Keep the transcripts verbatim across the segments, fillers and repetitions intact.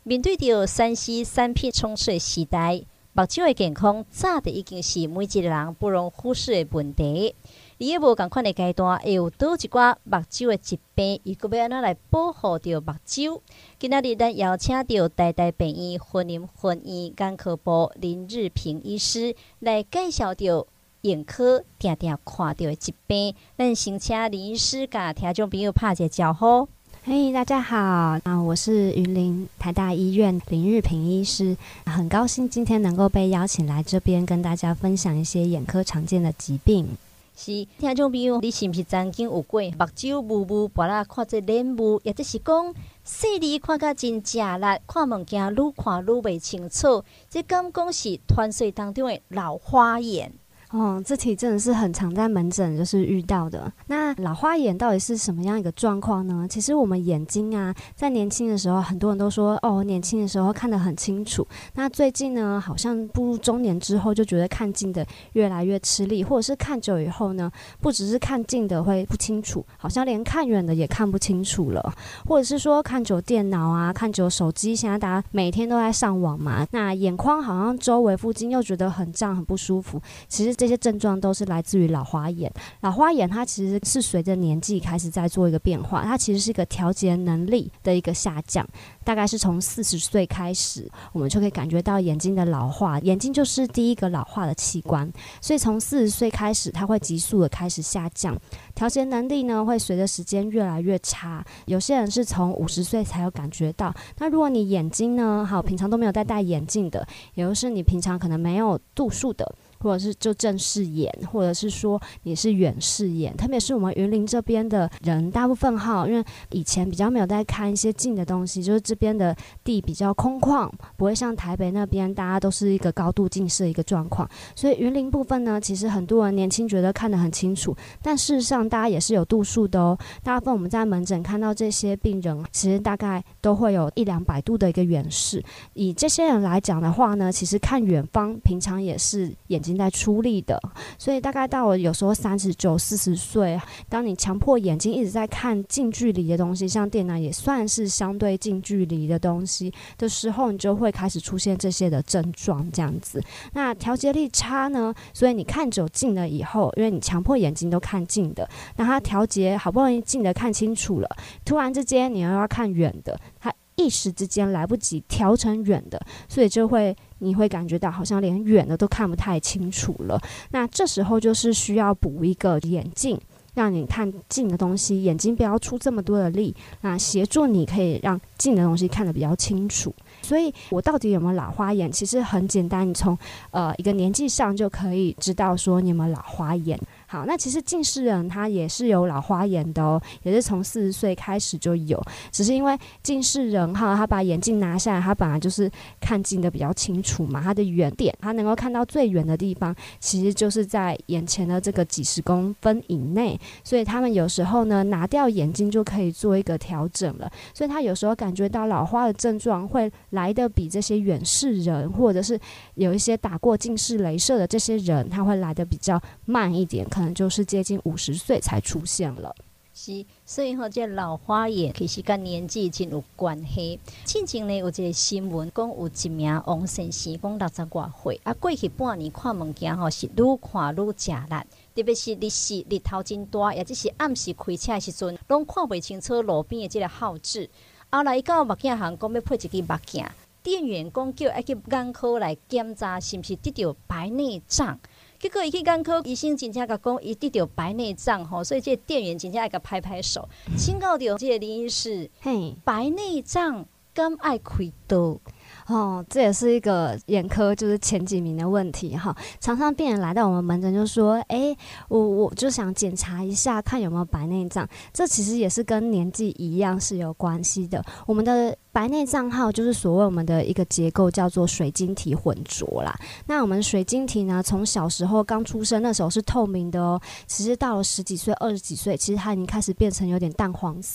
面对着三 C 产品充斥的时代，目睭的健康早就已经是每一个人不容忽视的问题。伫咧无同款的阶段，会有倒一寡目睭的疾病，伊阁要安怎来保护着目睭？今仔日咱邀请到台大病院云林分院眼科部林日平医师来介绍着眼科定定看到的疾病。咱先请林医师甲听众朋友拍一个招呼。 嘿、hey, 大家好，啊，我是云林台大医院林日平医师，很高兴今天能够被邀请来这边跟大家分享一些眼科常见的疾病。 是，听众朋友，你是不是曾经有过目睭雾雾，拔啦看这脸雾，也就是讲视力看甲真假力，看物件愈看愈袂清楚，这敢讲是团岁当中的老花眼？ 哦，这题真的是很常在门诊就是遇到的。那老花眼到底是什么样一个状况呢？其实我们眼睛啊，在年轻的时候，很多人都说哦，年轻的时候看得很清楚。那最近呢，好像步入中年之后，就觉得看近的越来越吃力，或者是看久以后呢，不只是看近的会不清楚，好像连看远的也看不清楚了。或者是说看久电脑啊，看久手机，现在大家每天都在上网嘛，那眼眶好像周围附近又觉得很胀很不舒服。其实这些症状都是来自于老花眼。老花眼它其实是随着年纪开始在做一个变化，它其实是一个调节能力的一个下降，大概是从四十岁开始，我们就可以感觉到眼睛的老化。眼睛就是第一个老化的器官，所以从四十岁开始，它会急速的开始下降，调节能力呢会随着时间越来越差。有些人是从五十岁才有感觉到。那如果你眼睛呢，好，平常都没有在戴眼镜的，也就是你平常可能没有度数的，或者是就正视眼，或者是说你是远视眼，特别是我们云林这边的人，大部分哈，因为以前比较没有在看一些近的东西，就是这边的地比较空旷，不会像台北那边大家都是一个高度近视的一个状况，所以云林部分呢，其实很多人年轻觉得看得很清楚，但事实上大家也是有度数的哦。大部分我们在门诊看到这些病人，其实大概都会有一两百度的一个远视。以这些人来讲的话呢，其实看远方，平常也是眼睛在出力的，所以大概到了有时候三十九、四十岁，当你强迫眼睛一直在看近距离的东西，像电脑也算是相对近距离的东西的时候，你就会开始出现这些的症状，这样子。那调节力差呢，所以你看久近了以后，因为你强迫眼睛都看近的，那它调节好不容易近的看清楚了，突然之间你又要看远的，它一时之间来不及调成远的，所以就会你会感觉到好像连远的都看不太清楚了。那这时候就是需要补一个眼镜，让你看近的东西，眼睛不要出这么多的力，那协助你可以让近的东西看得比较清楚。所以我到底有没有老花眼，其实很简单，你从呃一个年纪上就可以知道说你有没有老花眼。好，那其实近视人他也是有老花眼的哦，也是从四十岁开始就有，只是因为近视人哈，他把眼镜拿下来，他本来就是看近的比较清楚嘛，他的远点，他能够看到最远的地方，其实就是在眼前的这个几十公分以内，所以他们有时候呢拿掉眼镜就可以做一个调整了，所以他有时候感觉到老花的症状会来得比这些远视人，或者是有一些打过近视雷射的这些人，他会来得比较慢一点，可能就是接近五十岁才出现了。 是，所以吼，这老花眼其实跟年纪真有关系。最近呢，有一个新闻讲，有一名王先生，讲六十外岁，啊，过去半年看物件吼是愈看愈吃力，特别是日时日头真大，也就是暗时开车的时阵，拢看不清楚路边的这个号志。后来伊到目镜行讲要配一支目镜，店员讲叫要去眼科来检查是不是得到白内障。结果伊去眼科医生真正甲讲，伊得到白内障吼，所以这个店员真正爱甲拍拍手。请教到这个林医师，嘿，白内障敢爱开刀？ 哦，这也是一个眼科就是前几名的问题哈。常常病人来到我们门诊就说，哎，我我就想检查一下，看有没有白内障。这其实也是跟年纪一样是有关系的。我们的白内障号就是所谓我们的一个结构叫做水晶体混浊啦。那我们水晶体呢，从小时候刚出生那时候是透明的哦，其实到了十几岁、二十几岁，其实它已经开始变成有点淡黄色。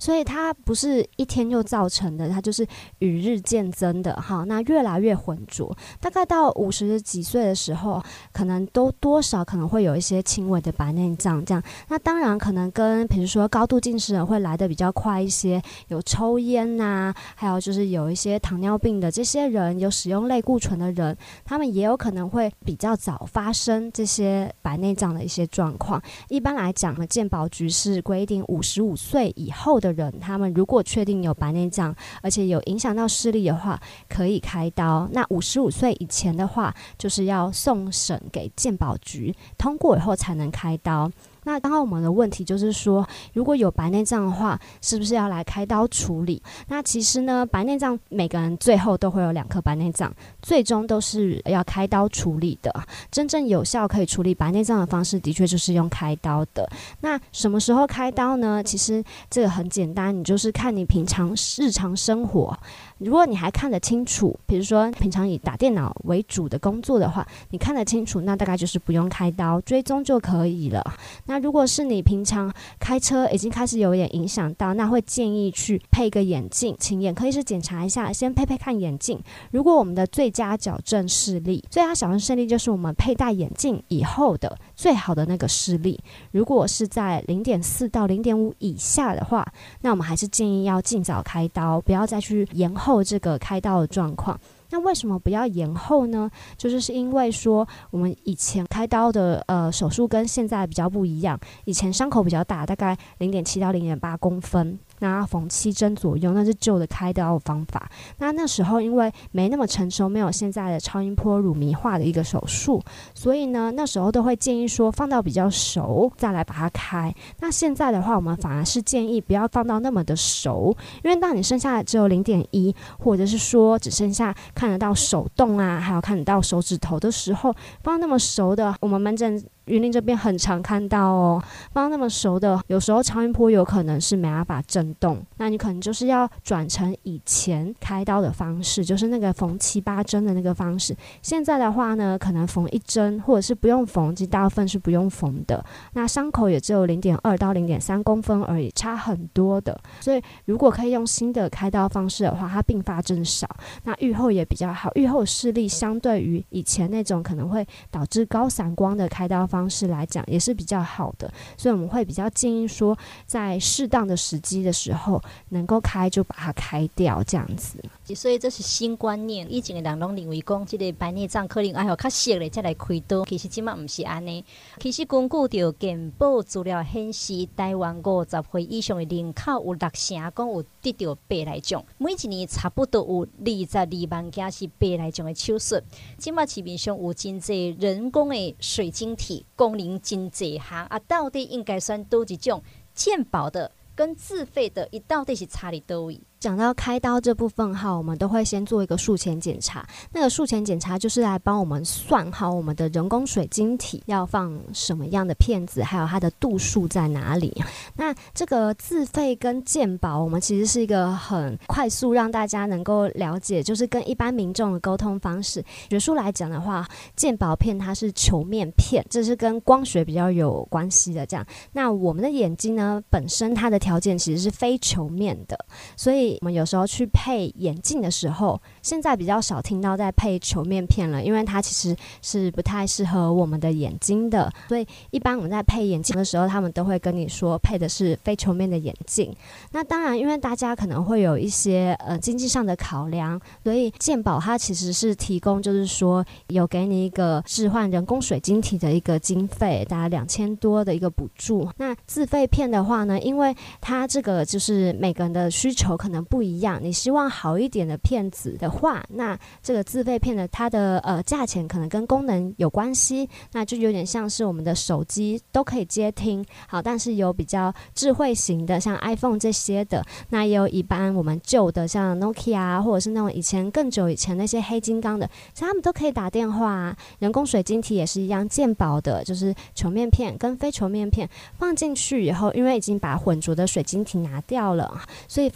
所以它不是一天就造成的，它就是与日渐增的哈。那越来越浑浊，大概到五十几岁的时候，可能都多少可能会有一些轻微的白内障这样。那当然可能跟比如说高度近视人会来得比较快一些，有抽烟啊，还有就是有一些糖尿病的这些人，有使用类固醇的人，他们也有可能会比较早发生这些白内障的一些状况。一般来讲，健保局是规定五十五岁以后的人，他们如果确定有白内障，而且有影响到视力的话，可以开刀。那五十五岁以前的话，就是要送审给健保局通过以后才能开刀。那刚刚我们的问题就是说，如果有白内障的话，是不是要来开刀处理？那其实呢，白内障每个人最后都会有两颗白内障，最终都是要开刀处理的。真正有效可以处理白内障的方式，的确就是用开刀的。那什么时候开刀呢？其实这个很简单，你就是看你平常日常生活，如果你还看得清楚，比如说平常以打电脑为主的工作的话，你看得清楚，那大概就是不用开刀，追踪就可以了。那如果是你平常开车已经开始有点影响到，那会建议去配个眼镜，请眼科医师检查一下，先配配看眼镜。如果我们的最佳矫正视力，最佳矫正视力就是我们佩戴眼镜以后的最好的那个视力，如果是在 零点四 到 零点五 以下的话，那我们还是建议要尽早开刀，不要再去延后这个开刀的状况。那为什么不要延后呢？就是是因为说我们以前开刀的呃手术跟现在比较不一样，以前伤口比较大，大概 零点七 到 零点八公分，那要缝七针左右，那是旧的开刀的方法。那那时候因为没那么成熟，没有现在的超音波乳糜化的一个手术，所以呢那时候都会建议说放到比较熟再来把它开。那现在的话，我们反而是建议不要放到那么的熟，因为当你剩下的只有 零点一，或者是说只剩下看得到手动啊，还有看得到手指头的时候，放那么熟的，我们门诊云林这边很常看到哦，放那么熟的，有时候超音波有可能是没办法震动，那你可能就是要转成以前开刀的方式，就是那个缝七八针的那个方式。现在的话呢，可能缝一针，或者是不用缝，其实大部分是不用缝的。那伤口也只有 零点二 到 零点三公分而已，差很多的。所以如果可以用新的开刀方式的话，它并发症少，那预后也比较好，预后视力相对于以前那种可能会导致高散光的开刀方式来讲也是比较好的，所以我们会比较建议说在适当的时机的时候能够开就把它开掉这样子。 所以这是新观念，以前的人拢认为讲这个白内障可能哎呦较熟咧才来开刀，其实现在不是安尼。其实根据着健保资料显示，台湾五十岁以上的人口有六成讲有得到白内障，每一年差不多有二十二万件是白内障的手术。现在市面上有真侪人工的水晶体，功能真侪项啊，到底应该选哪一种？健保的跟自费的，伊到底是差伫倒位？ 讲到开刀这部分哈，我们都会先做一个术前检查。那个术前检查就是来帮我们算好我们的人工水晶体要放什么样的片子，还有它的度数在哪里。那这个自费跟健保，我们其实是一个很快速让大家能够了解，就是跟一般民众的沟通方式。学术来讲的话，健保片它是球面片，这是跟光学比较有关系的。这样，那我们的眼睛呢，本身它的条件其实是非球面的，所以我们有时候去配眼镜的时候，现在比较少听到在配球面片了，因为它其实是不太适合我们的眼睛的，所以一般我们在配眼镜的时候，他们都会跟你说配的是非球面的眼镜。那当然因为大家可能会有一些呃经济上的考量，所以健保它其实是提供就是说有给你一个置换人工水晶体的一个经费，大概两千多的一个补助。那自费片的话呢，因为它这个就是每个人的需求可能不一样，你希望好一点的片子的话，那这个自费片的它的呃价钱可能跟功能有关系，那就有点像是我们的手机都可以接听，好，但是有比较智慧型的像 iPhone 这些的，那也有一般我们旧的像 Nokia 或者是那种以前更久以前那些黑金刚的，像他们都可以打电话啊。人工水晶体也是一样，健保的就是球面片跟非球面片放进去以后，因为已经把混浊的水晶体拿掉了，所以放进去以后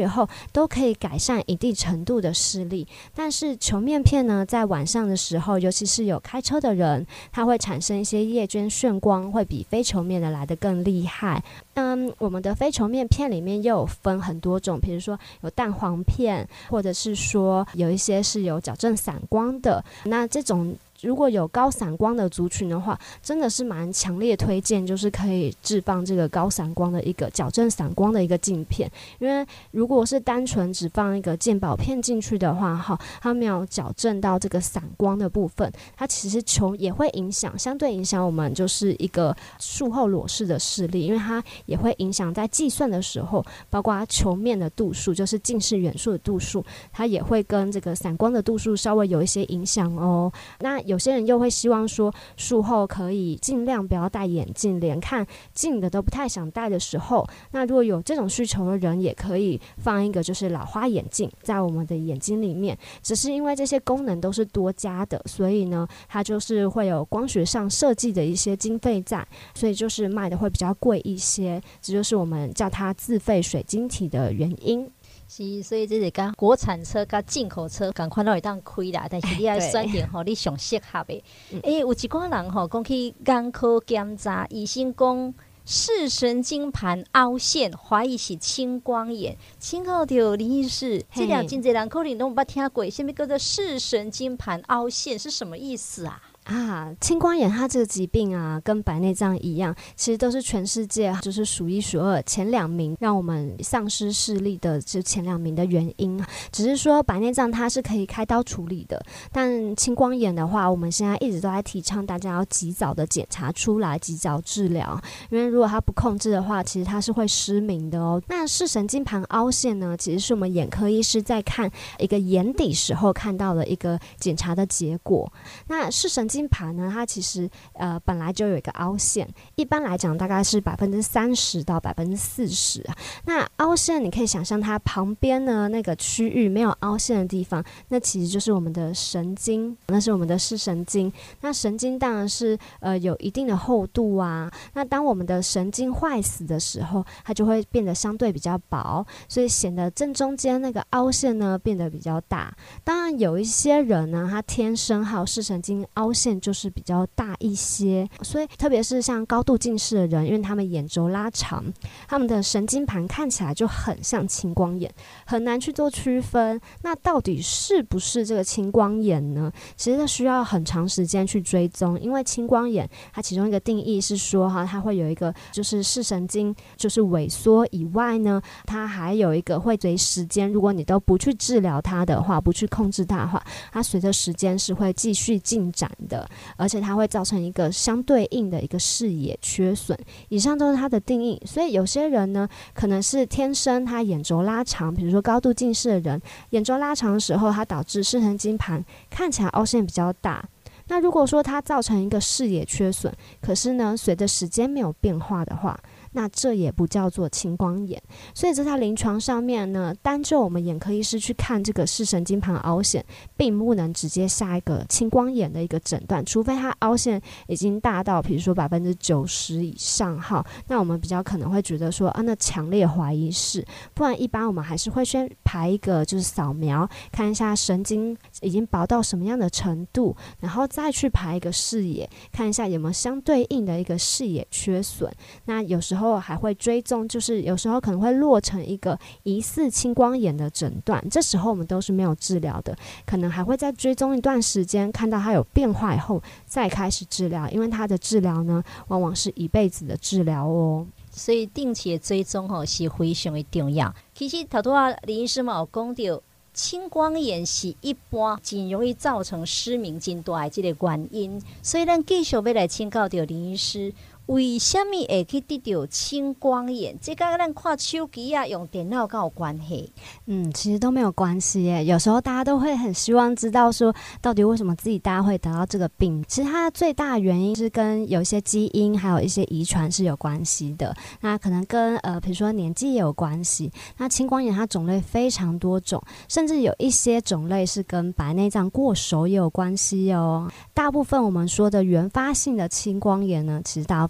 后都可以改善一定程度的视力。但是球面片呢，在晚上的时候，尤其是有开车的人，它会产生一些夜间眩光，会比非球面的来得更厉害。嗯，我们的非球面片里面又有分很多种，比如说有淡黄片，或者是说有一些是有矫正散光的。那这种如果有高散光的族群的话，真的是蛮强烈推荐，就是可以置放这个高散光的一个矫正散光的一个镜片。因为如果是单纯只放一个健保片进去的话，哈，它没有矫正到这个散光的部分，它其实球也会影响，相对影响我们就是一个术后裸视的视力，因为它也会影响在计算的时候，包括球面的度数，就是近视远数的度数，它也会跟这个散光的度数稍微有一些影响哦。那有些人又会希望说术后可以尽量不要戴眼镜，连看近的都不太想戴的时候，那如果有这种需求的人，也可以放一个就是老花眼镜在我们的眼睛里面。只是因为这些功能都是多加的，所以呢它就是会有光学上设计的一些经费在，所以就是卖的会比较贵一些，这就是我们叫它自费水晶体的原因。 是，所以这是跟国产车跟进口车同款都会当开啦，但是你要选定吼你上适合的。诶、欸，有一寡人吼讲去眼科检查，医生讲视神经盘凹陷，怀疑是青光眼。请教到林医师，这两真侪人可能都没听过，什么叫做视神经盘凹陷是什么意思啊？ 啊，青光眼它这个疾病啊，跟白内障一样，其实都是全世界就是数一数二前两名让我们丧失视力的这前两名的原因。只是说白内障它是可以开刀处理的，但青光眼的话，我们现在一直都在提倡大家要及早的检查出来，及早治疗，因为如果它不控制的话，其实它是会失明的哦。那视神经盘凹陷呢，其实是我们眼科医师在看一个眼底时候看到的一个检查的结果。那视神经盘呢，它其实呃本来就有一个凹陷，一般来讲大概是百分之三十到百分之四十。那凹陷你可以想象它旁边呢那个区域没有凹陷的地方，那其实就是我们的神经，那是我们的视神经。那神经当然是呃有一定的厚度啊。那当我们的神经坏死的时候，它就会变得相对比较薄，所以显得正中间那个凹陷呢变得比较大。当然有一些人呢，他天生还有视神经凹陷就是比较大一些，所以特别是像高度近视的人，因为他们眼轴拉长，他们的神经盘看起来就很像青光眼，很难去做区分。那到底是不是这个青光眼呢？其实需要很长时间去追踪，因为青光眼它其中一个定义是说哈，它会有一个就是视神经就是萎缩以外呢，它还有一个会随时间，如果你都不去治疗它的话，不去控制它的话，它随着时间是会继续进展的。而且它会造成一个相对应的一个视野缺损。以上都是它的定义。所以有些人呢，可能是天生他眼轴拉长，比如说高度近视的人，眼轴拉长的时候，它导致视神经盘看起来凹陷比较大。那如果说它造成一个视野缺损，可是呢，随着时间没有变化的话，那这也不叫做青光眼。所以这在临床上面呢，单就我们眼科医师去看这个视神经盘凹陷，并不能直接下一个青光眼的一个诊断，除非它凹陷已经大到比如说百分之九十以上哈，那我们比较可能会觉得说啊，那强烈怀疑是，不然一般我们还是会先排一个就是扫描，看一下神经已经薄到什么样的程度，然后再去排一个视野，看一下有没有相对应的一个视野缺损。那有时候还会追踪，就是有时候可能会落成一个疑似青光眼的诊断，这时候我们都是没有治疗的，可能还会再追踪一段时间，看到它有变化以后再开始治疗，因为它的治疗呢往往是一辈子的治疗哦。 所以定期的追踪吼是非常的重要。其实头拄仔林医师嘛有讲到，青光眼是一般真容易造成失明真大的这个原因，所以咱继续要来请教到林医师，为什么会去得到青光眼？这跟咱看手机啊、用电脑有关系？ 嗯，其实都没有关系耶。有时候大家都会很希望知道说，到底为什么自己大家会得到这个病？其实它最大的原因是跟有一些基因还有一些遗传是有关系的。那可能跟呃，比如说年纪也有关系。那青光眼它种类非常多种，甚至有一些种类是跟白内障过熟也有关系哦。大部分我们说的原发性的青光眼呢，其实大部分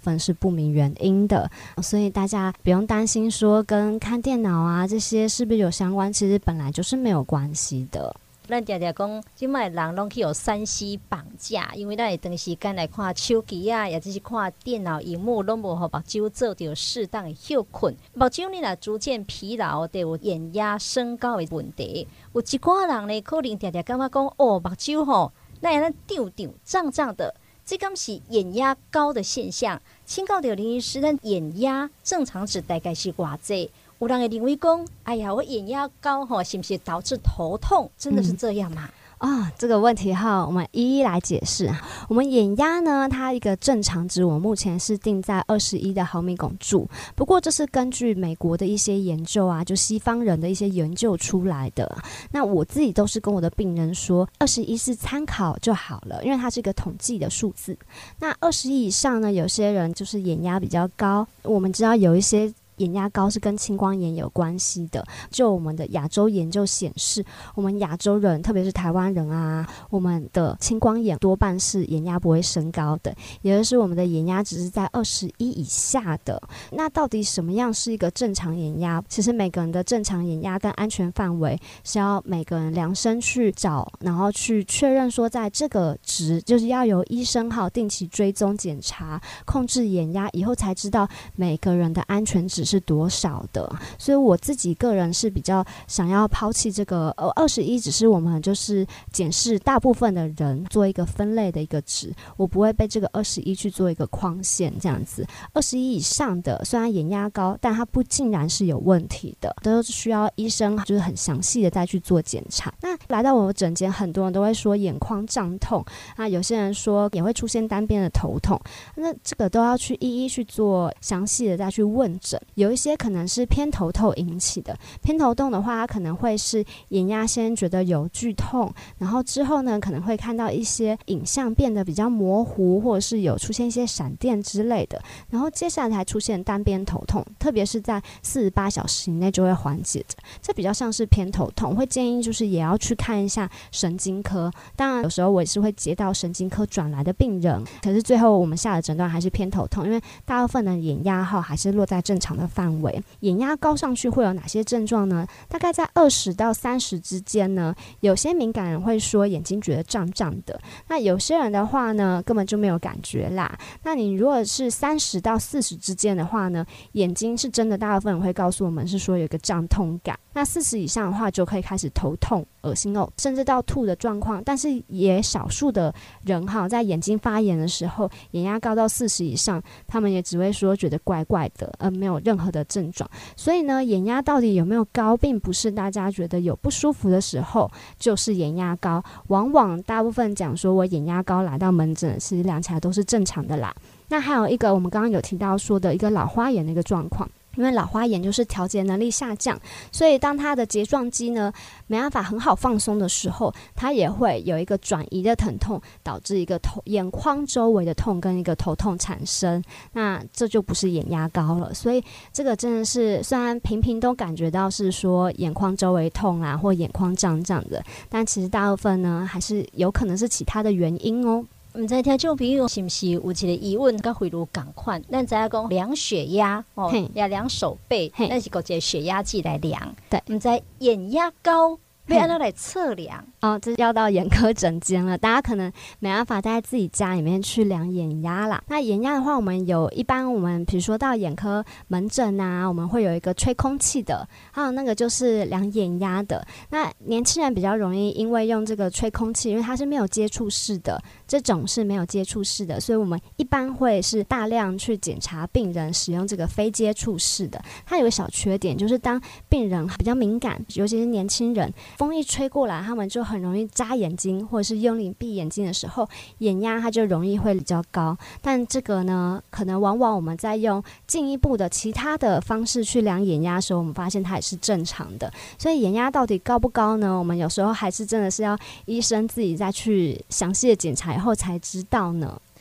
分是不明原因的，所以大家不用担心说跟看电脑啊这些是不是有相关，其实本来就是没有关系的。 咱常常讲，即摆人拢去有三 C 绑架，因为咱会长时间来看手机啊，或者是看电脑荧幕，拢无互目睭做到适当的休困。目睭呢，若逐渐疲劳，就有眼压升高的问题。有一寡人呢，可能常常感觉讲，哦，目睭吼，那样胀胀胀胀的，这敢是眼压高的现象。请教到林医师，咱眼压正常值大概是偌济？有人会认为讲，哎呀，我眼压高吼，是不是导致头痛？真的是这样吗？ 啊、哦，这个问题哈，我们一一来解释。我们眼压呢，它一个正常值，我目前是定在二十一的毫米汞柱。不过这是根据美国的一些研究啊，就西方人的一些研究出来的。那我自己都是跟我的病人说，二十一是参考就好了，因为它是一个统计的数字。那二十一以上呢，有些人就是眼压比较高。我们知道有一些眼压高是跟青光眼有关系的。就我们的亚洲研究显示，我们亚洲人，特别是台湾人啊，我们的青光眼多半是眼压不会升高的，也就是我们的眼压只是在二十一以下的。那到底什么样是一个正常眼压？其实每个人的正常眼压跟安全范围是要每个人量身去找，然后去确认说在这个值，就是要由医生好定期追踪检查，控制眼压以后才知道每个人的安全值是多少的。所以我自己个人是比较想要抛弃这个呃二十一，只是我们就是检视大部分的人做一个分类的一个值，我不会被这个二十一去做一个框线这样子。二十一以上的虽然眼压高，但它不尽然是有问题的，都是需要医生就是很详细的再去做检查。那来到我的诊间，很多人都会说眼眶胀痛，那有些人说也会出现单边的头痛，那这个都要去一一去做详细的再去问诊。有一些可能是偏头痛引起的，偏头痛的话，它可能会是眼压先觉得有剧痛，然后之后呢可能会看到一些影像变得比较模糊，或者是有出现一些闪电之类的，然后接下来才出现单边头痛，特别是在四十八小时以内就会缓解的，这比较像是偏头痛，会建议就是也要去看一下神经科。当然有时候我也是会接到神经科转来的病人，可是最后我们下的诊断还是偏头痛，因为大部分的眼压号还是落在正常的范围。眼压高上去会有哪些症状呢？大概在二十到三十之间呢，有些敏感人会说眼睛觉得胀胀的，那有些人的话呢根本就没有感觉啦。那你如果是三十到四十之间的话呢，眼睛是真的大部分人会告诉我们是说有一个胀痛感，那四十以上的话就可以开始头痛、恶心呕，甚至到吐的状况。但是也少数的人哈，在眼睛发炎的时候，眼压高到四十以上，他们也只会说觉得怪怪的，而没有任何的症状。所以呢，眼压到底有没有高，并不是大家觉得有不舒服的时候就是眼压高。往往大部分讲说我眼压高来到门诊，其实量起来都是正常的啦。那还有一个我们刚刚有提到说的一个老花眼的一个状况，因为老花眼就是调节能力下降，所以当它的睫状肌呢没办法很好放松的时候，它也会有一个转移的疼痛，导致一个头眼眶周围的痛跟一个头痛产生。那这就不是眼压高了，所以这个真的是虽然频频都感觉到是说眼眶周围痛啊或眼眶胀胀的，但其实大部分呢还是有可能是其他的原因哦。 唔知听众朋友是不是有一个疑问，跟回如同款？咱知影讲量血压哦，也量手背，咱是用一个血压计来量。 对， 唔知眼压高要按怎来测量？ 哦，这要到眼科诊间了，大家可能没办法在自己家里面去量眼压啦。那眼压的话，我们有一般我们比如说到眼科门诊啊，我们会有一个吹空气的，还有那个就是量眼压的。那年轻人比较容易因为用这个吹空气，因为它是没有接触式的，这种是没有接触式的，所以我们一般会是大量去检查病人使用这个非接触式的。它有个小缺点，就是当病人比较敏感，尤其是年轻人，风一吹过来，他们就很容易眨眼睛，或者是用力闭眼睛的时候，眼压它就容易会比较高。但这个呢，可能往往我们在用进一步的其他的方式去量眼压的时候，我们发现它也是正常的。所以眼压到底高不高呢？我们有时候还是真的是要医生自己再去详细的检查以后才知道呢。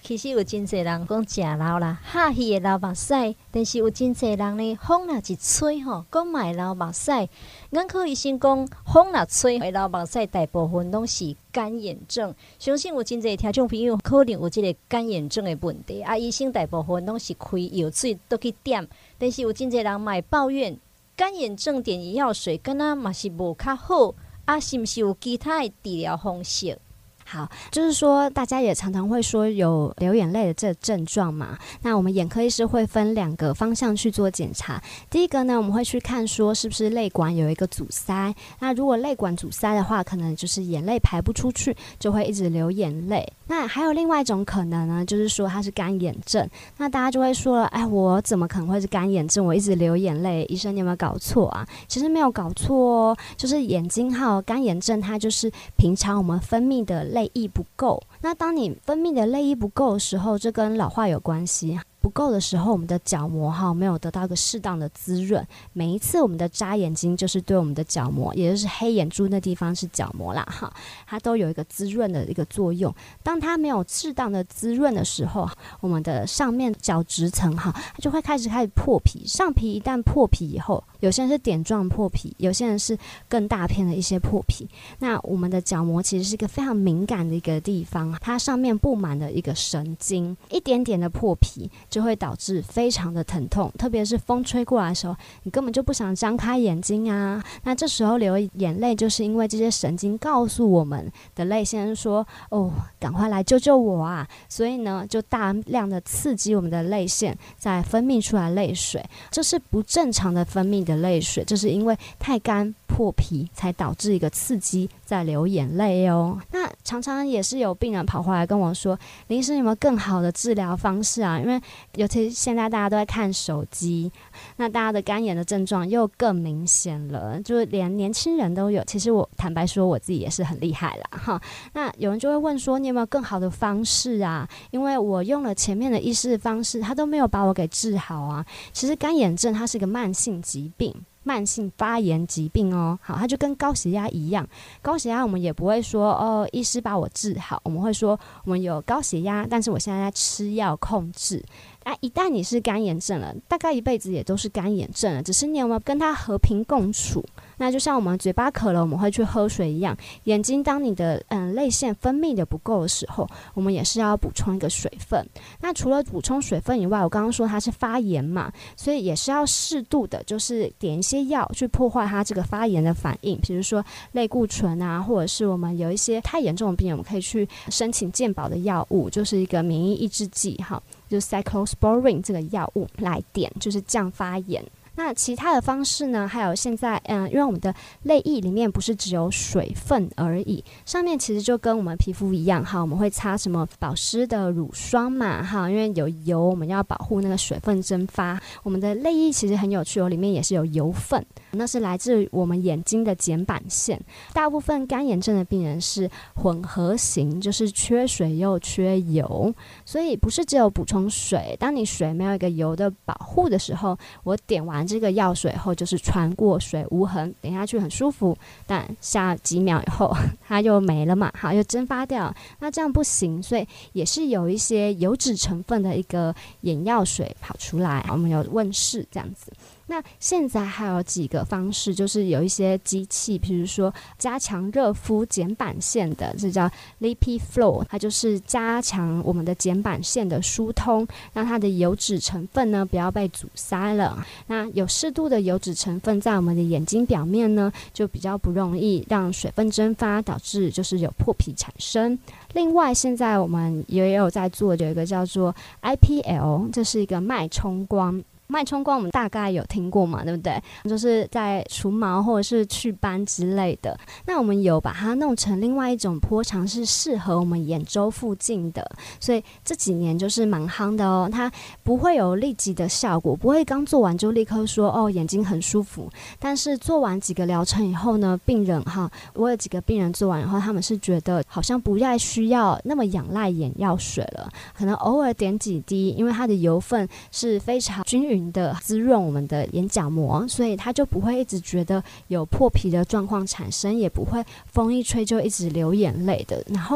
其实有真侪人讲食老啦，哈气会流目屎，但是有真侪人呢，风若一吹吼，讲嘛会流目屎。眼科医生讲，风若吹会流目屎，大部分拢是干眼症。相信有真侪听众朋友可能有即个干眼症的问题，啊，医生大部分拢是开药水都去点，但是有真侪人嘛会抱怨，干眼症点眼药水，敢若嘛是无较好，啊，是毋是有其他的治疗方式？ 好，就是说大家也常常会说有流眼泪的这症状嘛，那我们眼科医师会分两个方向去做检查。第一个呢，我们会去看说是不是泪管有一个阻塞，那如果泪管阻塞的话，可能就是眼泪排不出去，就会一直流眼泪。那还有另外一种可能呢，就是说它是干眼症，那大家就会说了，哎，我怎么可能会是干眼症，我一直流眼泪，医生你有没有搞错啊？其实没有搞错哦，就是眼睛还干眼症，它就是平常我们分泌的泪液不够，那当你分泌的泪液不够的时候，这跟老化有关系。不够的时候，我们的角膜哈没有得到一个适当的滋润。每一次我们的眨眼睛，就是对我们的角膜，也就是黑眼珠那地方是角膜啦哈，它都有一个滋润的一个作用。当它没有适当的滋润的时候，我们的上面角质层哈，它就会开始开始破皮。上皮一旦破皮以后，有些人是点状破皮，有些人是更大片的一些破皮。那我们的角膜其实是一个非常敏感的一个地方，它上面布满了一个神经，一点点的破皮就会导致非常的疼痛，特别是风吹过来的时候，你根本就不想张开眼睛啊。那这时候流眼泪，就是因为这些神经告诉我们的泪腺说，哦，赶快来救救我啊！所以呢，就大量的刺激我们的泪腺，再分泌出来泪水。这是不正常的分泌的泪水，这是因为太干破皮才导致一个刺激，在流眼泪哦。那常常也是有病人跑回来跟我说，林医师有没有更好的治疗方式啊？因为尤其现在大家都在看手机，那大家的干眼的症状又更明显了，就是连年轻人都有。其实我坦白说，我自己也是很厉害啦哈。那有人就会问说，你有没有更好的方式啊？因为我用了前面的医师的方式，他都没有把我给治好啊。其实干眼症它是一个慢性疾病，慢性发炎疾病哦。好，它就跟高血压一样，高血压我们也不会说哦，医师把我治好，我们会说我们有高血压，但是我现在在吃药控制。啊，一旦你是干眼症了，大概一辈子也都是干眼症了，只是你有没有跟它和平共处？那就像我们嘴巴渴了，我们会去喝水一样，眼睛当你的嗯泪腺分泌的不够的时候，我们也是要补充一个水分。那除了补充水分以外，我刚刚说它是发炎嘛，所以也是要适度的，就是点一些药去破坏它这个发炎的反应，比如说类固醇啊，或者是我们有一些太严重的病人，我们可以去申请健保的药物，就是一个免疫抑制剂哈。就是 cyclosporine 这个药物来点，就是降发炎。那其他的方式呢？还有现在，嗯，因为我们的泪液里面不是只有水分而已，上面其实就跟我们皮肤一样哈，我们会擦什么保湿的乳霜嘛哈，因为有油，我们要保护那个水分蒸发。我们的泪液其实很有趣哦，里面也是有油分，那是来自于我们眼睛的睑板腺。大部分干眼症的病人是混合型，就是缺水又缺油，所以不是只有补充水。当你水没有一个油的保护的时候，我点完这个药水后就是穿过水无痕，点下去很舒服，但下几秒以后它就没了嘛，好，又蒸发掉，那这样不行，所以也是有一些油脂成分的一个眼药水跑出来，我们有问世这样子。那现在还有几个方式，就是有一些机器，比如说加强热敷睑板腺的，这叫 LipiFlow， 它就是加强我们的睑板腺的疏通，让它的油脂成分呢不要被阻塞了。那有适度的油脂成分在我们的眼睛表面呢，就比较不容易让水分蒸发，导致就是有破皮产生。另外，现在我们也有在做有一个叫做 I P L， 这是一个脉冲光。脉冲光我们大概有听过嘛，对不对？就是在除毛或者是祛斑之类的。那我们有把它弄成另外一种波长，是适合我们眼周附近的，所以这几年就是蛮夯的哦。它不会有立即的效果，不会刚做完就立刻说哦眼睛很舒服。但是做完几个疗程以后呢，病人哈，我有几个病人做完以后，他们是觉得好像不再需要那么仰赖眼药水了，可能偶尔点几滴，因为它的油分是非常均匀的滋润我们的眼角膜，所以它就不会一直觉得有破皮的状况产生，也不会风一吹就一直流眼泪的。然后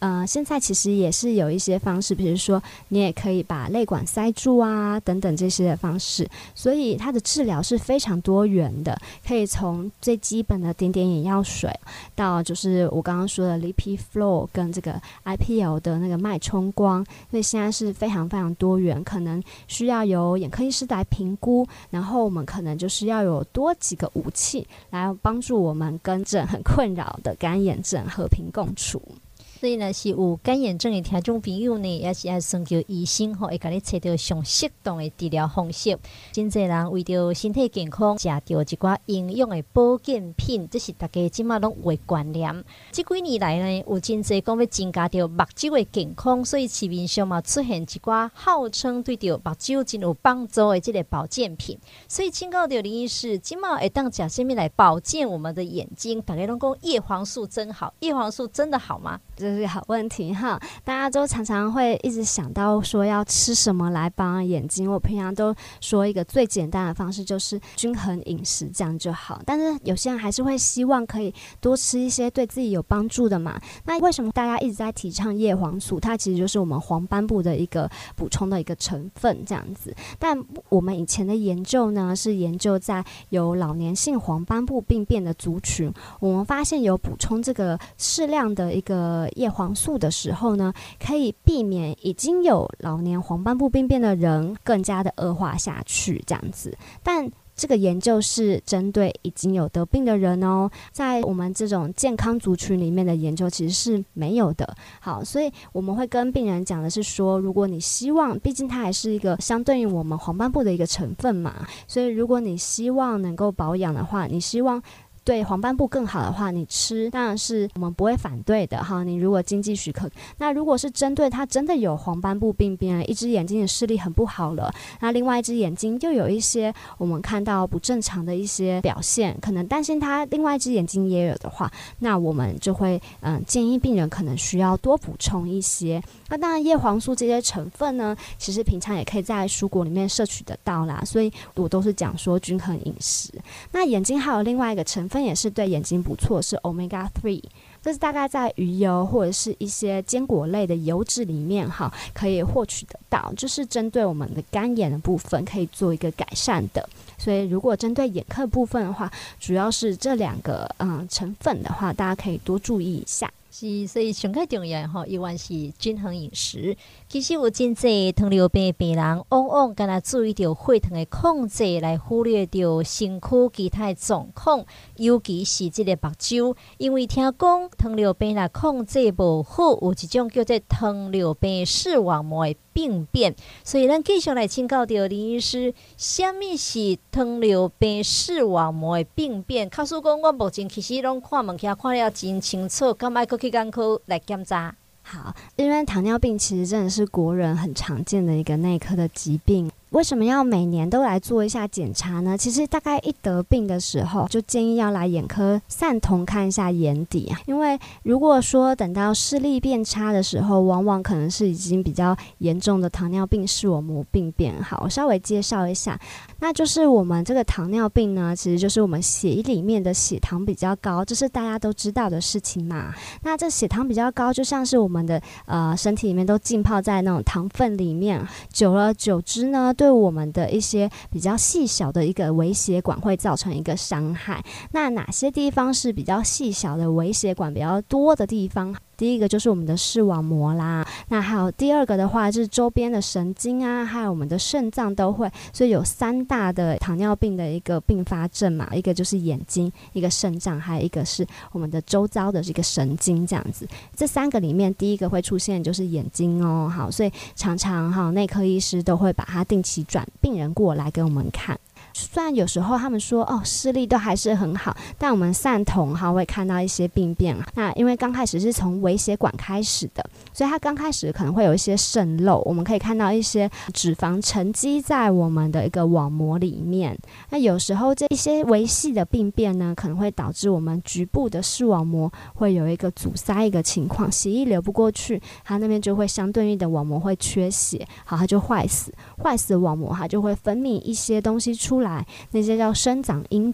呃，现在其实也是有一些方式，比如说你也可以把泪管塞住啊等等这些的方式，所以它的治疗是非常多元的，可以从最基本的点点眼药水到就是我刚刚说的 LipiFlow 跟这个 I P L 的那个脉冲光，所以现在是非常非常多元，可能需要由眼科医师来评估，然后我们可能就是要有多几个武器来帮助我们跟这很困扰的干眼症和平共处。 所以若是有干眼症的听众朋友呢，也是要寻求医生吼，会甲你找到上适当的治疗方式。真侪人为着身体健康，食到一寡营养的保健品，这是大家即马拢有的观念。这几年来呢，有真侪讲要增加到目睭的健康，所以市面上嘛出现一寡号称对着目睭真有帮助的这个保健品。所以请教到林医师，即马会当食什么来保健我们的眼睛？大家拢讲叶黄素真好，叶黄素真的好吗？ 这是个好问题哈，大家都常常会一直想到说要吃什么来帮眼睛。我平常都说一个最简单的方式就是均衡饮食，这样就好。但是有些人还是会希望可以多吃一些对自己有帮助的嘛。那为什么大家一直在提倡叶黄素？它其实就是我们黄斑部的一个补充的一个成分这样子。但我们以前的研究呢，是研究在有老年性黄斑部病变的族群，我们发现有补充这个适量的一个叶黄素的时候呢，可以避免已经有老年黄斑部病变的人更加的恶化下去这样子。但这个研究是针对已经有得病的人哦，在我们这种健康族群里面的研究其实是没有的。好，所以我们会跟病人讲的是说，如果你希望，毕竟它还是一个相对于我们黄斑部的一个成分嘛，所以如果你希望能够保养的话，你希望对黄斑部更好的话，你吃当然是我们不会反对的哈。你如果经济许可，那如果是针对他真的有黄斑部病变，一只眼睛的视力很不好了，那另外一只眼睛又有一些我们看到不正常的一些表现，可能担心他另外一只眼睛也有的话，那我们就会嗯建议病人可能需要多补充一些。那当然叶黄素这些成分呢，其实平常也可以在蔬果里面摄取得到啦，所以我都是讲说均衡饮食。那眼睛还有另外一个成分也是对眼睛不错，是 omega 三， 这是大概在鱼油或者是一些坚果类的油脂里面哈可以获取得到，就是针对我们的干眼的部分可以做一个改善的。所以如果针对眼科部分的话，主要是这两个嗯成分的话，大家可以多注意一下。 是，所以上较重要吼，永远是均衡饮食。其实有真侪糖尿病的病人，往往敢若注意到血糖的控制，来忽略到身躯其他的状况，尤其是这个目睭。因为听讲糖尿病若控制无好，有一种叫做糖尿病视网膜的病变。所以咱继续来请教到林医师，什么是糖尿病视网膜的病变？假使讲我目前其实拢看物件看了真清楚，敢爱去眼科来检查？ 好，因为糖尿病其实真的是国人很常见的一个内科的疾病。为什么要每年都来做一下检查呢？其实大概一得病的时候，就建议要来眼科散瞳看一下眼底啊。因为如果说等到视力变差的时候，往往可能是已经比较严重的糖尿病视网膜病变。好，我稍微介绍一下，那就是我们这个糖尿病呢，其实就是我们血液里面的血糖比较高，这是大家都知道的事情嘛。那这血糖比较高，就像是我们的呃身体里面都浸泡在那种糖分里面，久了久之呢，对我们的一些比较细小的一个微血管会造成一个伤害。那哪些地方是比较细小的微血管比较多的地方？第一个就是我们的视网膜啦，那还有第二个的话就是周边的神经啊，还有我们的肾脏都会，所以有三大的糖尿病的一个并发症嘛，一个就是眼睛，一个肾脏，还有一个是我们的周遭的这个神经这样子。这三个里面第一个会出现就是眼睛哦，好，所以常常哈内科医师都会把它定期转病人过来给我们看。虽然有时候他们说哦视力都还是很好，但我们散瞳哈会看到一些病变。那因为刚开始是从微血管开始的，所以它刚开始可能会有一些渗漏，我们可以看到一些脂肪沉积在我们的一个网膜里面。那有时候这一些微细的病变呢，可能会导致我们局部的视网膜会有一个阻塞一个情况，血液流不过去，它那边就会相对应的网膜会缺血，好，它就坏死，坏死的网膜它就会分泌一些东西出来，那些叫生长因子，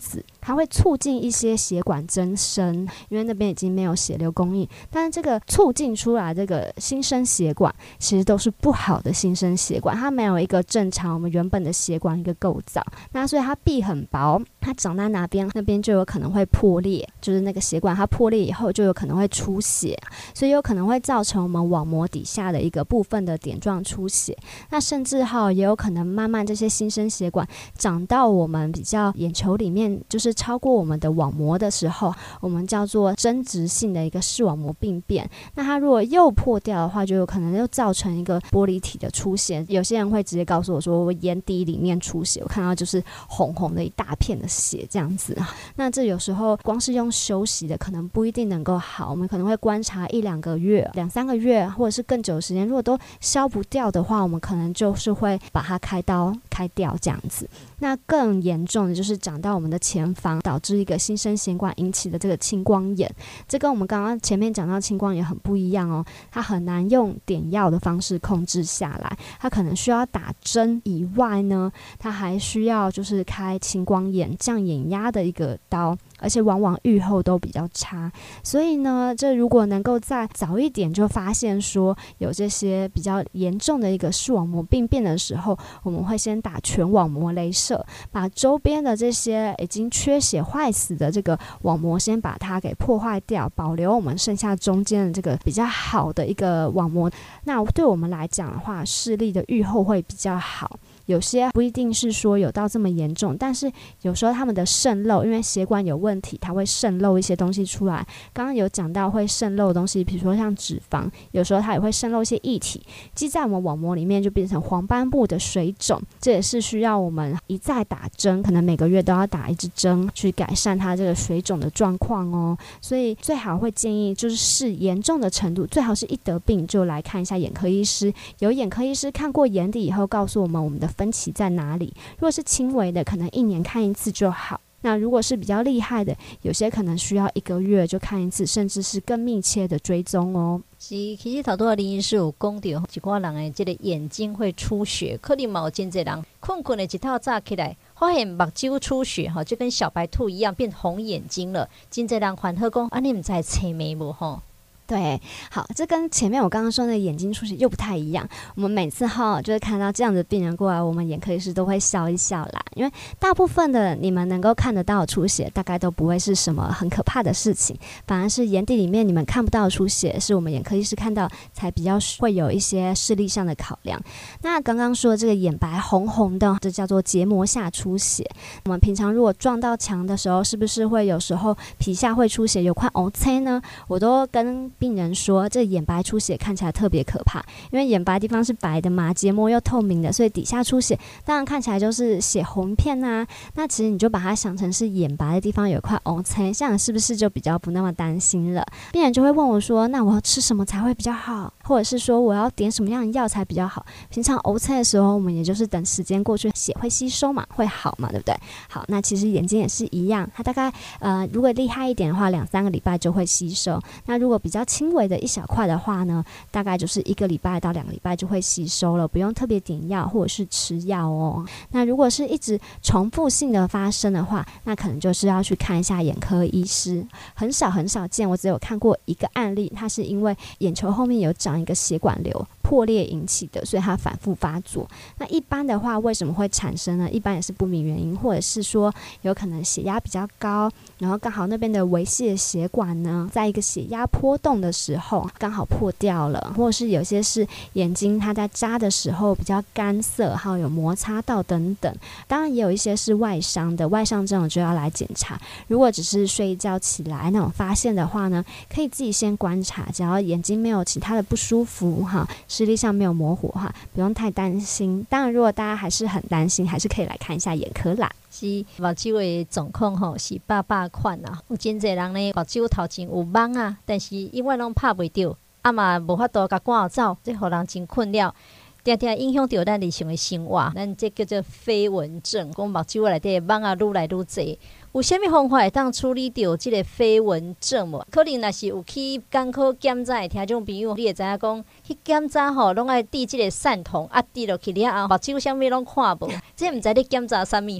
它会促进一些血管增生，因为那边已经没有血流供应。但是这个促进出来这个新生血管其实都是不好的新生血管，它没有一个正常我们原本的血管一个构造，那所以它壁很薄，它长在哪边那边就有可能会破裂，就是那个血管它破裂以后就有可能会出血，所以有可能会造成我们网膜底下的一个部分的点状出血。那甚至哈也有可能慢慢这些新生血管长到我们比较眼球里面，就是超过我们的网膜的时候，我们叫做增殖性的一个视网膜病变。那它如果又破掉的话，就有可能又造成一个玻璃体的出血。有些人会直接告诉我说我眼底里面出血，我看到就是红红的一大片的血这样子。那这有时候光是用休息的可能不一定能够好，我们可能会观察一两个月两三个月或者是更久的时间，如果都消不掉的话，我们可能就是会把它开刀开掉这样子。那更严重的就是长到我们的前方，导致一个新生血管引起的这个青光眼。这跟我们刚刚前面讲到青光眼很不一样哦，它很难用点药的方式控制下来，它可能需要打针以外呢，它还需要就是开青光眼降眼压的一个刀，而且往往预后都比较差。所以呢，这如果能够在早一点就发现说有这些比较严重的一个视网膜病变的时候，我们会先打全网膜雷射，把周边的这些已经缺血坏死的这个网膜先把它给破坏掉，保留我们剩下中间的这个比较好的一个网膜。那对我们来讲的话，视力的预后会比较好。有些不一定是说有到这么严重，但是有时候他们的渗漏，因为血管有问题，它会渗漏一些东西出来。刚刚有讲到会渗漏的东西，比如说像脂肪，有时候它也会渗漏一些液体，积在我们网膜里面就变成黄斑部的水肿。这也是需要我们一再打针，可能每个月都要打一支针去改善它这个水肿的状况哦。所以最好会建议就是视严重的程度，最好是一得病就来看一下眼科医师，有眼科医师看过眼底以后告诉我们我们的分歧在哪里。如果是轻微的，可能一年看一次就好。那如果是比较厉害的，有些可能需要一个月就看一次，甚至是更密切的追踪哦。 是，其实头拄仔林医师有讲到，一寡人的这个眼睛会出血，可能嘛有真侪人困困的一透早起来，发现目睭出血，就跟小白兔一样变红眼睛了。真侪人烦恼讲，啊，你唔知青眉无吼？ 对，好，这跟前面我刚刚说的眼睛出血又不太一样。我们每次哈就是看到这样的病人过来，我们眼科医师都会笑一笑啦，因为大部分的你们能够看得到的出血，大概都不会是什么很可怕的事情，反而是眼底里面你们看不到的出血，是我们眼科医师看到才比较会有一些视力上的考量。那刚刚说的这个眼白红红的，这叫做结膜下出血。我们平常如果撞到墙的时候，是不是会有时候皮下会出血，有块黑青呢？我都跟病人说，这眼白出血看起来特别可怕，因为眼白地方是白的嘛，结膜又透明的，所以底下出血当然看起来就是血红片啊。那其实你就把它想成是眼白的地方有一块黑青，这样是不是就比较不那么担心了？病人就会问我说，那我要吃什么才会比较好，或者是说我要点什么样的药才比较好？平常黑青的时候，我们也就是等时间过去，血会吸收嘛，会好嘛，对不对？好，那其实眼睛也是一样，它大概呃如果厉害一点的话，两三个礼拜就会吸收。那如果比较轻微的一小块的话呢，大概就是一个礼拜到两个礼拜就会吸收了，不用特别点药或者是吃药哦。那如果是一直重复性的发生的话，那可能就是要去看一下眼科医师。很少很少见，我只有看过一个案例，它是因为眼球后面有长一个血管瘤破裂引起的，所以它反复发作。那一般的话为什么会产生呢？一般也是不明原因，或者是说有可能血压比较高，然后刚好那边的微细的血管呢，在一个血压波动的时候刚好破掉了，或者是有些是眼睛它在扎的时候比较干涩，还有有摩擦到等等。当然也有一些是外伤的，外伤这种就要来检查。如果只是睡一觉起来那种发现的话呢，可以自己先观察，只要眼睛没有其他的不舒服哈，视力上没有模糊哈，不用太担心。当然如果大家还是很担心，还是可以来看一下眼科啦。 是目睭的状况吼是百百款啊，有真侪人呢目睭头前有芒啊，但是永远拢拍袂到，啊嘛无法度甲赶后走，这互人真困扰，定定影响到咱日常的生活。咱这叫做飞蚊症，讲目睭内底的芒啊愈来愈侪。有啥物方法会当处理掉这个飞蚊症无？可能若是有去艰苦检查的听众朋友，你会知影讲去检查吼，拢爱滴这个散瞳，啊滴落去了后，目睭啥物拢看无，这毋知你检查啥物吼？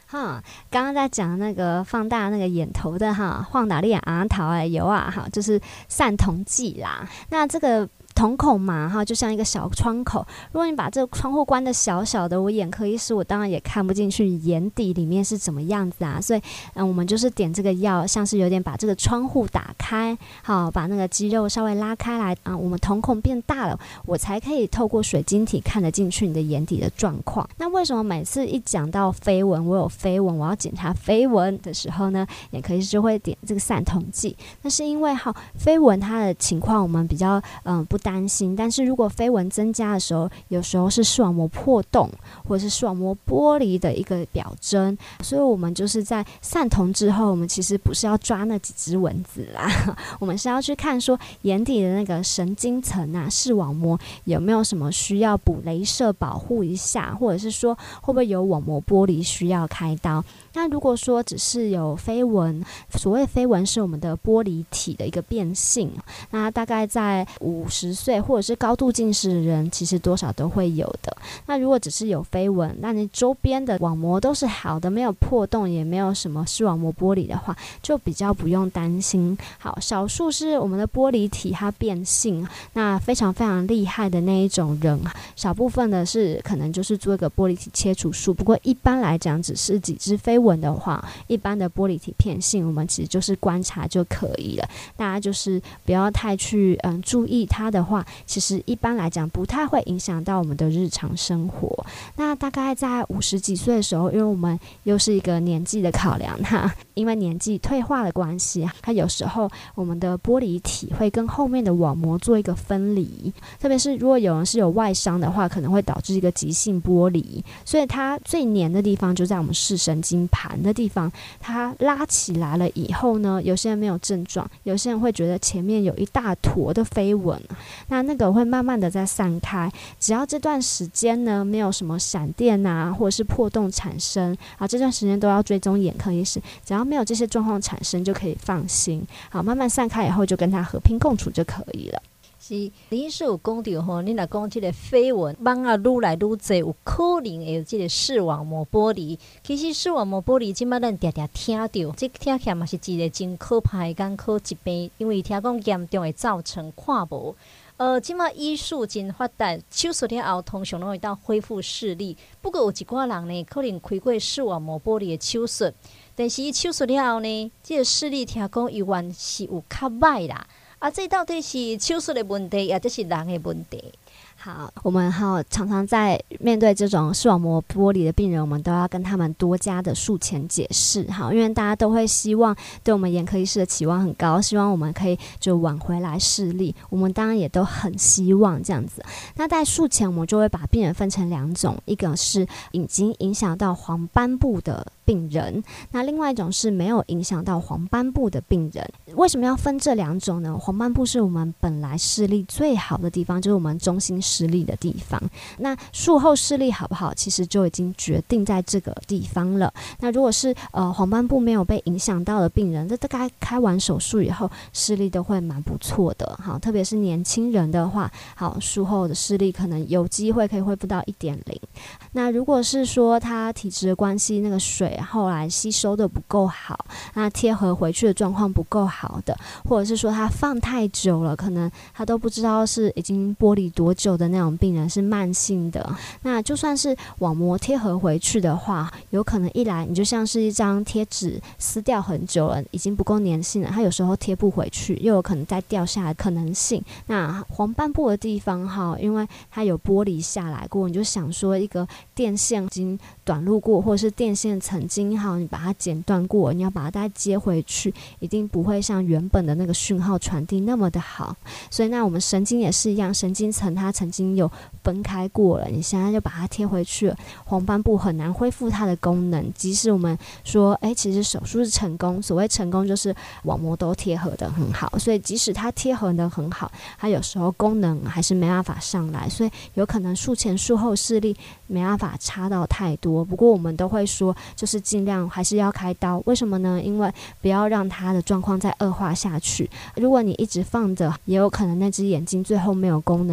哈，刚刚在讲那个放大那个眼头的哈，晃打力昂桃哎油啊哈，就是散瞳剂啦。那这个瞳孔嘛哈，就像一个小窗口，如果你把这个窗户关得小小的，我眼科医师我当然也看不进去眼底里面是怎么样子啊，所以嗯，我们就是点这个药，像是有点把这个窗户打开，好，把那个肌肉稍微拉开来啊，我们瞳孔变大了，我才可以透过水晶体看得进去你的眼底的状况。那为什么每次一讲到飞蚊，我有飞蚊，我要检查飞蚊的时候呢，眼科医师就会点这个散瞳剂？那是因为好飞蚊它的情况我们比较嗯不担心，但是如果飞蚊增加的时候，有时候是视网膜破洞或者是视网膜剥离的一个表征，所以我们就是在散瞳之后，我们其实不是要抓那几只蚊子啦，我们是要去看说眼底的那个神经层啊，视网膜有没有什么需要补雷射保护一下，或者是说会不会有网膜剥离需要开刀。那如果说只是有飞蚊，所谓飞蚊是我们的玻璃体的一个变性，那大概在五十岁或者是高度近视的人，其实多少都会有的。那如果只是有飞蚊，那你周边的网膜都是好的，没有破洞，也没有什么视网膜剥离的话，就比较不用担心。好，少数是我们的玻璃体它变性，那非常非常厉害的那一种人，少部分的是可能就是做一个玻璃体切除术，不过一般来讲，只是几只飞蚊的话，一般的玻璃体变性，我们其实就是观察就可以了。大家就是不要太去嗯注意它的话，其实一般来讲不太会影响到我们的日常生活。那大概在五十几岁的时候，因为我们又是一个年纪的考量哈，因为年纪退化的关系，它有时候我们的玻璃体会跟后面的网膜做一个分离，特别是如果有人是有外伤的话，可能会导致一个急性剥离，所以它最黏的地方就在我们视神经盘的地方，它拉起来了以后呢，有些人没有症状，有些人会觉得前面有一大坨的飞蚊，那那个会慢慢的在散开，只要这段时间呢没有什么闪电啊或者是破洞产生啊，这段时间都要追踪眼科医师，只要没有这些状况产生就可以放心，好，慢慢散开以后就跟它和平共处就可以了。 是林医师有讲到吼，你若讲这个飞蚊蚊啊愈来愈多，有可能会有这个视网膜剥离。其实视网膜剥离，今麦咱常常听到，这听起来嘛是一个真可怕的干科疾病，因为听讲严重会造成看无。呃，今麦医术真发达，手术了后通常拢会到恢复视力。不过有一寡人呢，可能开过视网膜剥离的手术，但是手术了后呢，这个视力听讲依然是有较歹啦。啊，这到底是手术的问题，也就是人的问题？ 好，我们好常常在面对这种视网膜剥离的病人，我们都要跟他们多加的术前解释，好，因为大家都会希望对我们眼科医师的期望很高，希望我们可以就挽回来视力，我们当然也都很希望这样子。那在术前，我们就会把病人分成两种，一个是已经影响到黄斑部的病人，那另外一种是没有影响到黄斑部的病人。为什么要分这两种呢？黄斑部是我们本来视力最好的地方，就是我们中心视力的地方，那术后视力好不好，其实就已经决定在这个地方了。那如果是呃黄斑部没有被影响到的病人，这大概开完手术以后视力都会蛮不错的，好，特别是年轻人的话，好，术后的视力可能有机会可以恢复到 一点零。 那如果是说他体质的关系，那个水后来吸收的不够好，那贴合回去的状况不够好的，或者是说他放太久了，可能他都不知道是已经剥离多久的那种病人，是慢性的，那就算是网膜贴合回去的话，有可能一来你就像是一张贴纸撕掉很久了，已经不够粘性了，它有时候贴不回去，又有可能再掉下来的可能性。那黄斑部的地方哈，因为它有剥离下来过，你就想说一个电线已经短路过，或者是电线曾经好你把它剪断过，你要把它再接回去，一定不会像原本的那个讯号传递那么的好。所以那我们神经也是一样，神经层它曾经有分开过了，你现在就把它贴回去了，黄斑部很难恢复它的功能。即使我们说哎，其实手术是成功，所谓成功就是网膜都贴合的很好，所以即使它贴合的很好，它有时候功能还是没办法上来，所以有可能术前术后视力没办法差到太多。不过我们都会说就是尽量还是要开刀，为什么呢？因为不要让它的状况再恶化下去，如果你一直放着，也有可能那只眼睛最后没有功能，就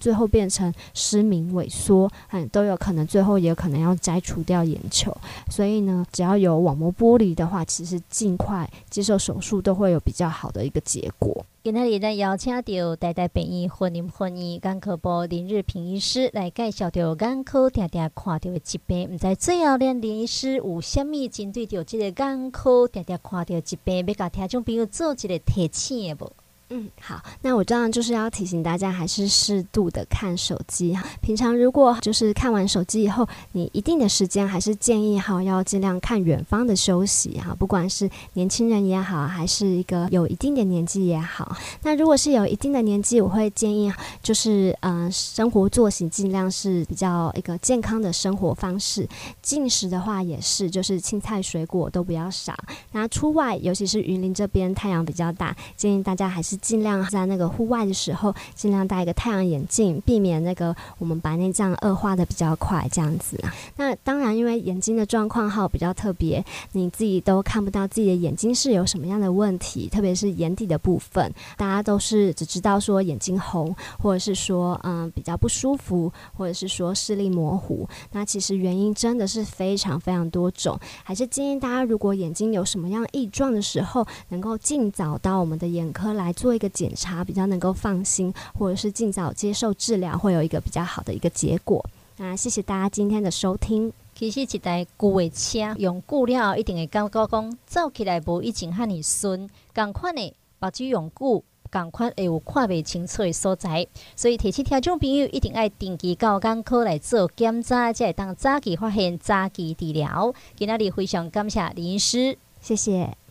最后变成失明萎缩，嗯，都有可能，最后也有可能要摘除掉眼球。所以呢，只要有网膜剥离的话，其实尽快接受手术都会有比较好的一个结果。 今天日咱邀请到台大病院婚姻婚姻眼科部林日平医师来介绍到眼科常常看到的疾病。唔知最后咱林医师有啥物针对到这个眼科常常看到的疾病，要甲听众朋友做一个提醒的无？ 嗯，好，那我当然就是要提醒大家，还是适度的看手机。平常如果就是看完手机以后，你一定的时间还是建议好要尽量看远方的休息哈，不管是年轻人也好，还是一个有一定的年纪也好。那如果是有一定的年纪，我会建议就是呃生活作息尽量是比较一个健康的生活方式，进食的话也是就是青菜水果都不要少。那出外，尤其是云林这边太阳比较大，建议大家还是尽量在那个户外的时候，尽量戴一个太阳眼镜，避免那个我们白内障恶化的比较快这样子啊。那当然，因为眼睛的状况哈比较特别，你自己都看不到自己的眼睛是有什么样的问题，特别是眼底的部分，大家都是只知道说眼睛红，或者是说嗯比较不舒服，或者是说视力模糊。那其实原因真的是非常非常多种，还是建议大家如果眼睛有什么样异状的时候，能够尽早到我们的眼科来做一个检查，比较能够放心，或者是尽早接受治疗，会有一个比较好的一个结果。那谢谢大家今天的收听。 其实一台旧的车用久了后，一定会感觉讲走起来无以前遐尼顺。同款的目睭用久，同款会有看袂清楚的所在，所以提醒听众朋友一定要定期到眼科来做检查，才会当早期发现、早期治疗。今仔日非常感谢林医师， 谢谢。